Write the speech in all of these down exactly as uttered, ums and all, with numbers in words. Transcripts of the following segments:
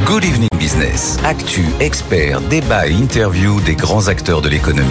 Good Evening Business. Actu, experts, débat et interview des grands acteurs de l'économie.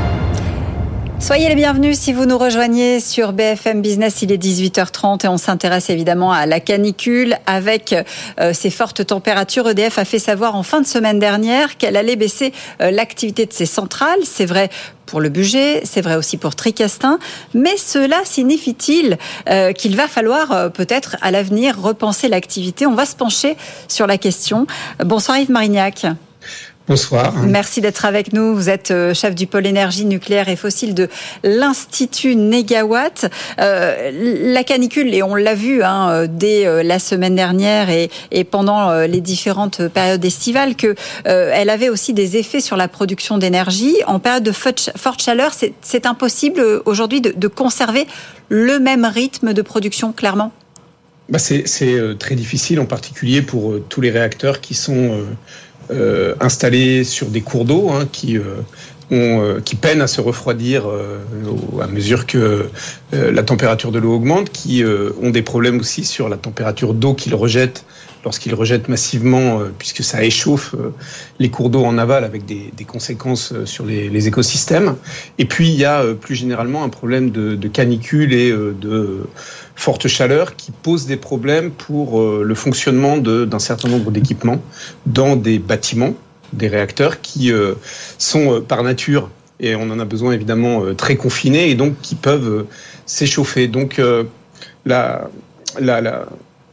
Soyez les bienvenus si vous nous rejoignez sur B F M Business. Il est dix-huit heures trente et on s'intéresse évidemment à la canicule. Avec euh, ces fortes températures, E D F a fait savoir en fin de semaine dernière qu'elle allait baisser euh, l'activité de ses centrales. C'est vrai pour le Bugey, c'est vrai aussi pour Tricastin. Mais cela signifie-t-il euh, qu'il va falloir euh, peut-être à l'avenir repenser l'activité ? On va se pencher sur la question. Bonsoir Yves Marignac. Bonsoir. Merci d'être avec nous. Vous êtes chef du pôle énergie nucléaire et fossile de l'Institut Négawatt. Euh, la canicule, et on l'a vu hein, dès la semaine dernière et, et pendant les différentes périodes estivales, que euh, elle avait aussi des effets sur la production d'énergie. En période de forte chaleur, c'est, c'est impossible aujourd'hui de, de conserver le même rythme de production, clairement. Bah c'est, c'est très difficile, en particulier pour tous les réacteurs qui sont euh, Euh, installés sur des cours d'eau hein, qui, euh, ont, euh, qui peinent à se refroidir euh, au, à mesure que euh, la température de l'eau augmente, qui euh, ont des problèmes aussi sur la température d'eau qu'ils rejettent lorsqu'ils rejettent massivement, euh, puisque ça échauffe euh, les cours d'eau en aval avec des, des conséquences sur les, les écosystèmes. Et puis il y a euh, plus généralement un problème de, de canicule et euh, de forte chaleur qui pose des problèmes pour euh, le fonctionnement de, d'un certain nombre d'équipements dans des bâtiments, des réacteurs qui euh, sont euh, par nature, et on en a besoin évidemment, euh, très confinés et donc qui peuvent euh, s'échauffer. Donc euh, la, la, la,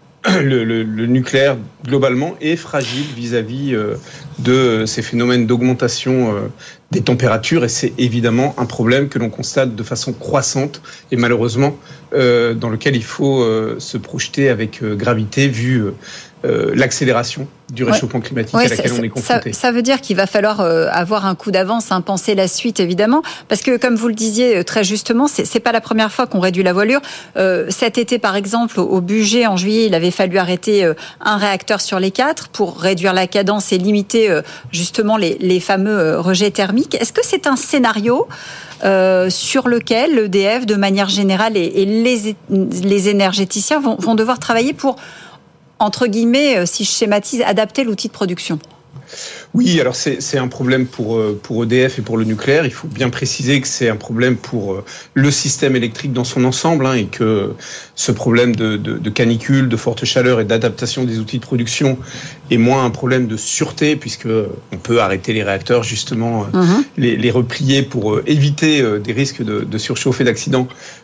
le, le, le nucléaire globalement est fragile vis-à-vis euh, de ces phénomènes d'augmentation euh, des températures, et c'est évidemment un problème que l'on constate de façon croissante et malheureusement euh, dans lequel il faut euh, se projeter avec euh, gravité vu euh, euh, l'accélération du réchauffement ouais. climatique ouais, à laquelle on est confronté. Ça, ça veut dire qu'il va falloir euh, avoir un coup d'avance, hein, penser la suite évidemment, parce que comme vous le disiez très justement, c'est, c'est pas la première fois qu'on réduit la voilure. Euh, cet été par exemple, au Bugey en juillet, il avait fallu arrêter euh, un réacteur sur les quatre pour réduire la cadence et limiter euh, justement les, les fameux euh, rejets thermiques. Est-ce que c'est un scénario euh, sur lequel l'E D F de manière générale et, et les, les énergéticiens vont, vont devoir travailler pour, entre guillemets, si je schématise, adapter l'outil de production ? Oui, alors c'est, c'est un problème pour, pour E D F et pour le nucléaire. Il faut bien préciser que c'est un problème pour le système électrique dans son ensemble hein, et que ce problème de, de, de canicule, de forte chaleur et d'adaptation des outils de production est moins un problème de sûreté puisqu'on peut arrêter les réacteurs, justement, mmh. les, les replier pour éviter des risques de, de surchauffe et d'accident.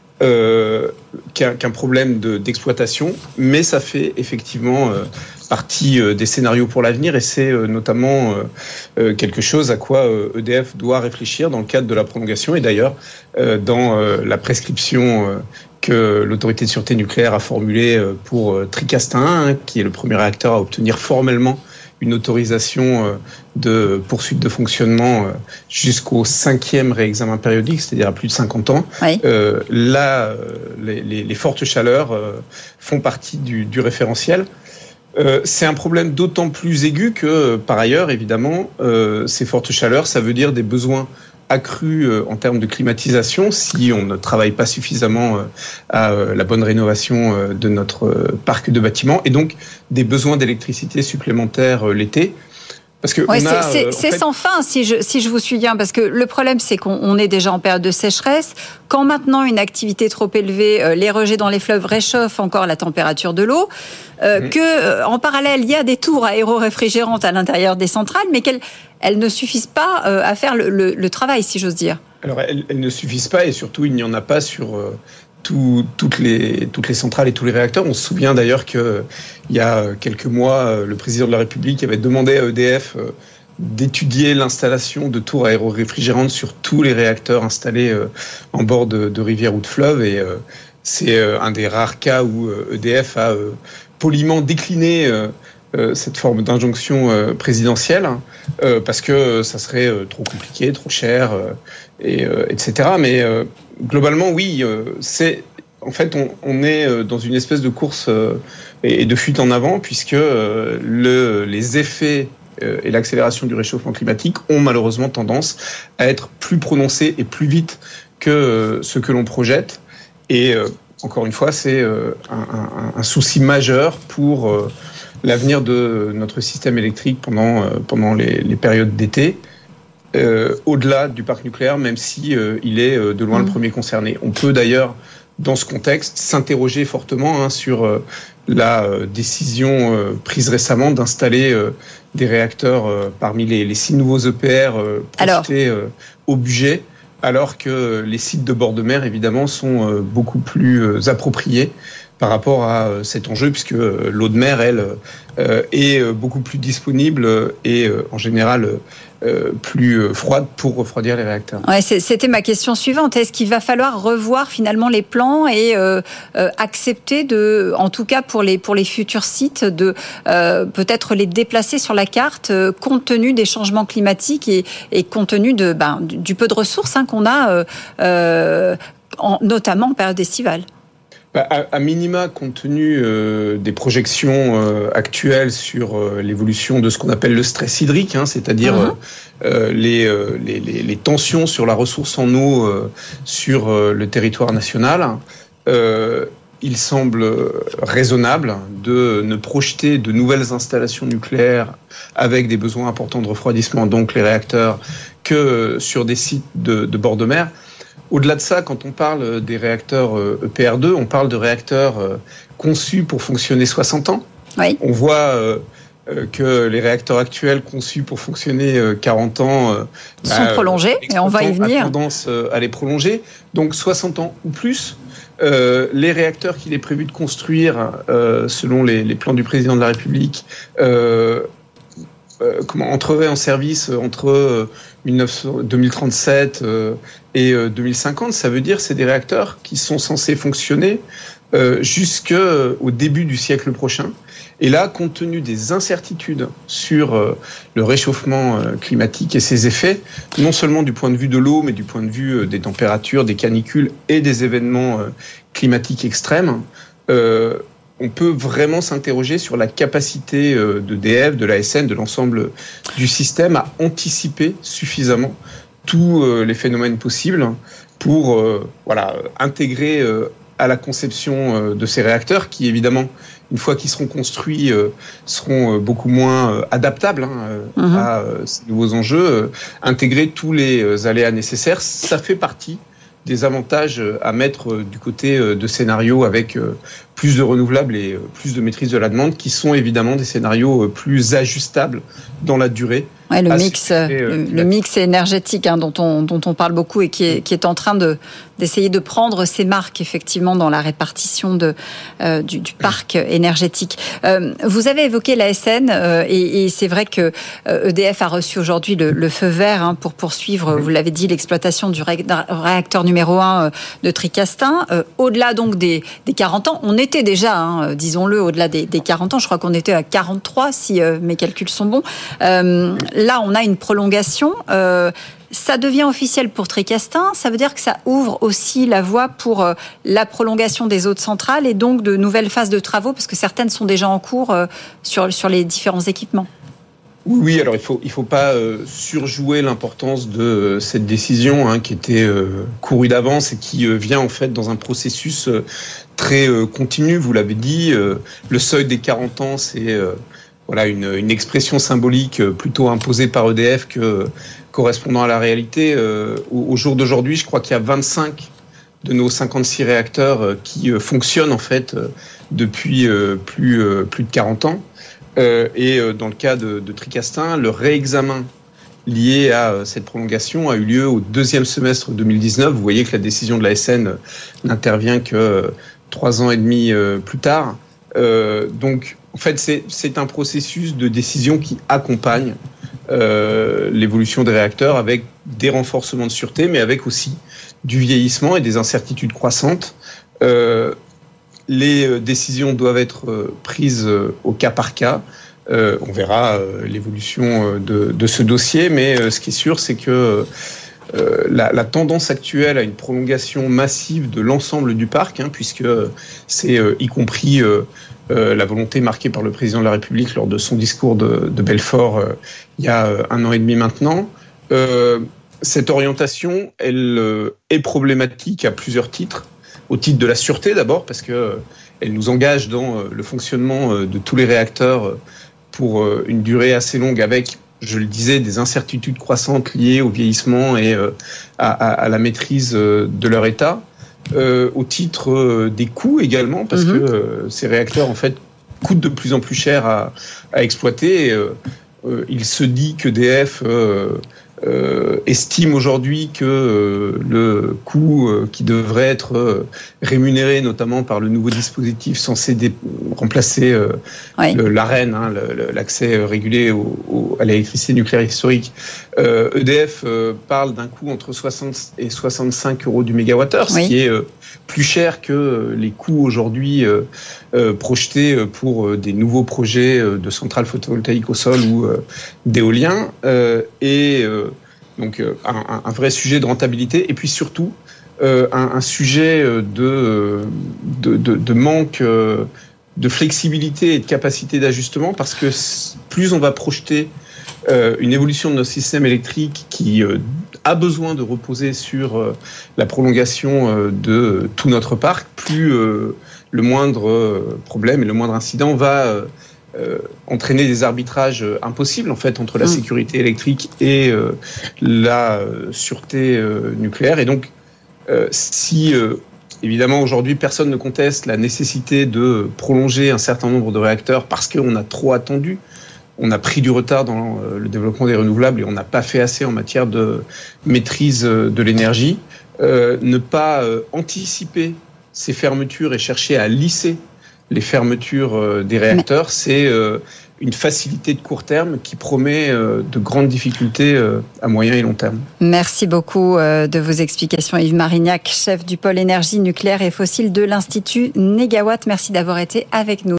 Euh, qu'un, qu'un problème de, d'exploitation, mais ça fait effectivement euh, partie euh, des scénarios pour l'avenir et c'est euh, notamment euh, euh, quelque chose à quoi euh, E D F doit réfléchir dans le cadre de la prolongation et d'ailleurs euh, dans euh, la prescription euh, que l'autorité de sûreté nucléaire a formulée euh, pour euh, Tricastin un, hein, qui est le premier réacteur à obtenir formellement une autorisation de poursuite de fonctionnement jusqu'au cinquième réexamen périodique, c'est-à-dire à plus de cinquante ans. Oui. Euh, là, les, les, les fortes chaleurs font partie du, du référentiel. Euh, c'est un problème d'autant plus aigu que, par ailleurs, évidemment, euh, ces fortes chaleurs, ça veut dire des besoins accru en termes de climatisation si on ne travaille pas suffisamment à la bonne rénovation de notre parc de bâtiments et donc des besoins d'électricité supplémentaires l'été. Parce que ouais, on a, c'est, c'est, c'est fait... sans fin si je, si je vous suis bien, parce que le problème c'est qu'on on est déjà en période de sécheresse. Quand maintenant une activité trop élevée, euh, les rejets dans les fleuves réchauffent encore la température de l'eau, euh, mmh. que euh, en parallèle il y a des tours aéro-réfrigérantes à l'intérieur des centrales, mais qu'elles elles ne suffisent pas euh, à faire le, le, le travail, si j'ose dire. Alors elles, elles ne suffisent pas et surtout il n'y en a pas sur... Euh... Tout, toutes, les, toutes les centrales et tous les réacteurs. On se souvient d'ailleurs qu'il y a quelques mois, le président de la République avait demandé à E D F d'étudier l'installation de tours aéro-réfrigérantes sur tous les réacteurs installés en bord de, de rivières ou de fleuves. Et c'est un des rares cas où E D F a poliment décliné cette forme d'injonction présidentielle parce que ça serait trop compliqué, trop cher, et, et cetera. Mais globalement, oui, c'est en fait on, on est dans une espèce de course et de fuite en avant puisque le, les effets et l'accélération du réchauffement climatique ont malheureusement tendance à être plus prononcés et plus vite que ce que l'on projette. Et encore une fois, c'est un, un, un souci majeur pour l'avenir de notre système électrique pendant, euh, pendant les, les périodes d'été, euh, au-delà du parc nucléaire, même si euh, il est euh, de loin mmh. le premier concerné. On peut d'ailleurs, dans ce contexte, s'interroger fortement hein, sur euh, la euh, décision euh, prise récemment d'installer euh, des réacteurs euh, parmi les, les six nouveaux E P R euh, projetés euh, au budget, alors que les sites de bord de mer, évidemment, sont euh, beaucoup plus euh, appropriés par rapport à euh, cet enjeu, puisque euh, l'eau de mer, elle, euh, est euh, beaucoup plus disponible et euh, en général euh, plus euh, froide pour refroidir les réacteurs. Ouais, c'était ma question suivante. Est-ce qu'il va falloir revoir finalement les plans et euh, euh, accepter de, en tout cas pour les pour les futurs sites, de euh, peut-être les déplacer sur la carte euh, compte tenu des changements climatiques et, et compte tenu de ben, du, du peu de ressources hein, qu'on a, euh, euh, en, notamment en période estivale? À minima, compte tenu euh, des projections euh, actuelles sur euh, l'évolution de ce qu'on appelle le stress hydrique, hein, c'est-à-dire mmh. euh, les, euh, les, les, les tensions sur la ressource en eau euh, sur euh, le territoire national, euh, il semble raisonnable de ne projeter de nouvelles installations nucléaires avec des besoins importants de refroidissement, donc les réacteurs, que sur des sites de, de bord de mer. Au-delà de ça, quand on parle des réacteurs E P R deux, on parle de réacteurs conçus pour fonctionner soixante ans. Oui. On voit que les réacteurs actuels conçus pour fonctionner quarante ans sont bah, prolongés, et on va y venir. A tendance à les prolonger. Donc soixante ans ou plus. Euh, les réacteurs qu'il est prévu de construire, euh, selon les, les plans du président de la République, euh, euh, comment, entreraient en service entre euh, deux mille trente-sept euh, et euh, deux mille cinquante. Ça veut dire que c'est des réacteurs qui sont censés fonctionner euh, jusqu'au début du siècle prochain. Et là, compte tenu des incertitudes sur euh, le réchauffement euh, climatique et ses effets, non seulement du point de vue de l'eau, mais du point de vue euh, des températures, des canicules et des événements euh, climatiques extrêmes, euh, on peut vraiment s'interroger sur la capacité euh, de d'E F, de l'A S N, de l'ensemble du système à anticiper suffisamment tous euh, les phénomènes possibles pour euh, voilà, intégrer euh, à la conception euh, de ces réacteurs qui, évidemment, une fois qu'ils seront construits, euh, seront euh, beaucoup moins euh, adaptables hein, euh, mmh. à euh, ces nouveaux enjeux, euh, intégrer tous les euh, aléas nécessaires. Ça fait partie des avantages à mettre du côté de scénarios avec plus de renouvelables et plus de maîtrise de la demande, qui sont évidemment des scénarios plus ajustables dans la durée. Ouais, le mix, le, le mix énergétique hein, dont on dont on parle beaucoup et qui est qui est en train de d'essayer de prendre ses marques effectivement dans la répartition de euh, du, du parc énergétique. Euh, vous avez évoqué l'A S N euh, et, et c'est vrai que euh, E D F a reçu aujourd'hui le, le feu vert hein, pour poursuivre, vous l'avez dit, l'exploitation du ré, réacteur numéro un de Tricastin. Euh, au-delà donc des des quarante ans, on était déjà, hein, disons-le, au-delà des, des quarante ans. Je crois qu'on était à quarante-trois si euh, mes calculs sont bons. Euh, Là, on a une prolongation. Euh, ça devient officiel pour Tricastin. Ça veut dire que ça ouvre aussi la voie pour euh, la prolongation des autres centrales et donc de nouvelles phases de travaux, parce que certaines sont déjà en cours euh, sur, sur les différents équipements. Oui, alors il faut il faut pas euh, surjouer l'importance de euh, cette décision hein, qui était euh, courue d'avance et qui euh, vient en fait dans un processus euh, très euh, continu. Vous l'avez dit, euh, le seuil des quarante ans, c'est euh, Voilà une, une expression symbolique plutôt imposée par E D F que correspondant à la réalité. Euh, au, au jour d'aujourd'hui, je crois qu'il y a vingt-cinq de nos cinquante-six réacteurs qui euh, fonctionnent en fait euh, depuis euh, plus euh, plus de quarante ans. Euh, et euh, dans le cas de, de Tricastin, le réexamen lié à euh, cette prolongation a eu lieu au deuxième semestre deux mille dix-neuf. Vous voyez que la décision de l'A S N n'intervient que euh, trois ans et demi euh, plus tard. Euh, donc, en fait, c'est, c'est un processus de décision qui accompagne euh, l'évolution des réacteurs avec des renforcements de sûreté, mais avec aussi du vieillissement et des incertitudes croissantes. Euh, les décisions doivent être prises au cas par cas. Euh, on verra euh, l'évolution de, de ce dossier, mais euh, ce qui est sûr, c'est que euh, la, la tendance actuelle à une prolongation massive de l'ensemble du parc, hein, puisque c'est euh, y compris euh, euh, la volonté marquée par le président de la République lors de son discours de, de Belfort euh, il y a euh, un an et demi maintenant. Euh, cette orientation, elle euh, est problématique à plusieurs titres. Au titre de la sûreté d'abord, parce que elle nous engage dans le fonctionnement de tous les réacteurs pour une durée assez longue avec, je le disais, des incertitudes croissantes liées au vieillissement et à, à, à la maîtrise de leur état. Euh, au titre euh, des coûts également, parce mmh. que euh, ces réacteurs en fait coûtent de plus en plus cher à, à exploiter. Et, euh, euh, il se dit que E D F euh, euh, estime aujourd'hui que euh, le coût euh, qui devrait être euh, rémunéré notamment par le nouveau dispositif censé dé- remplacer euh, oui. le, l'A R E N, hein, le, l'accès régulé au, au, à l'électricité nucléaire historique, euh, E D F euh, parle d'un coût entre soixante et soixante-cinq euros du mégawattheure, oui. ce qui est euh, plus cher que les coûts aujourd'hui euh, euh, projetés pour euh, des nouveaux projets euh, de centrales photovoltaïques au sol ou euh, d'éolien. Euh, et euh, donc euh, un, un vrai sujet de rentabilité. Et puis surtout, euh, un, un sujet de, de, de, de manque euh, de flexibilité et de capacité d'ajustement, parce que plus on va projeter euh, une évolution de notre système électrique qui euh, a besoin de reposer sur euh, la prolongation euh, de tout notre parc, plus euh, le moindre euh, problème et le moindre incident va euh, euh, entraîner des arbitrages euh, impossibles en fait entre la mmh. sécurité électrique et euh, la euh, sûreté euh, nucléaire. Et donc, euh, si euh, évidemment aujourd'hui personne ne conteste la nécessité de prolonger un certain nombre de réacteurs parce qu'on a trop attendu. On a pris du retard dans le développement des renouvelables et on n'a pas fait assez en matière de maîtrise de l'énergie. Euh, ne pas euh, anticiper ces fermetures et chercher à lisser les fermetures euh, des réacteurs, c'est euh, une facilité de court terme qui promet euh, de grandes difficultés euh, à moyen et long terme. Merci beaucoup euh, de vos explications, Yves Marignac, chef du pôle énergie nucléaire et fossile de l'Institut Négawatt. Merci d'avoir été avec nous.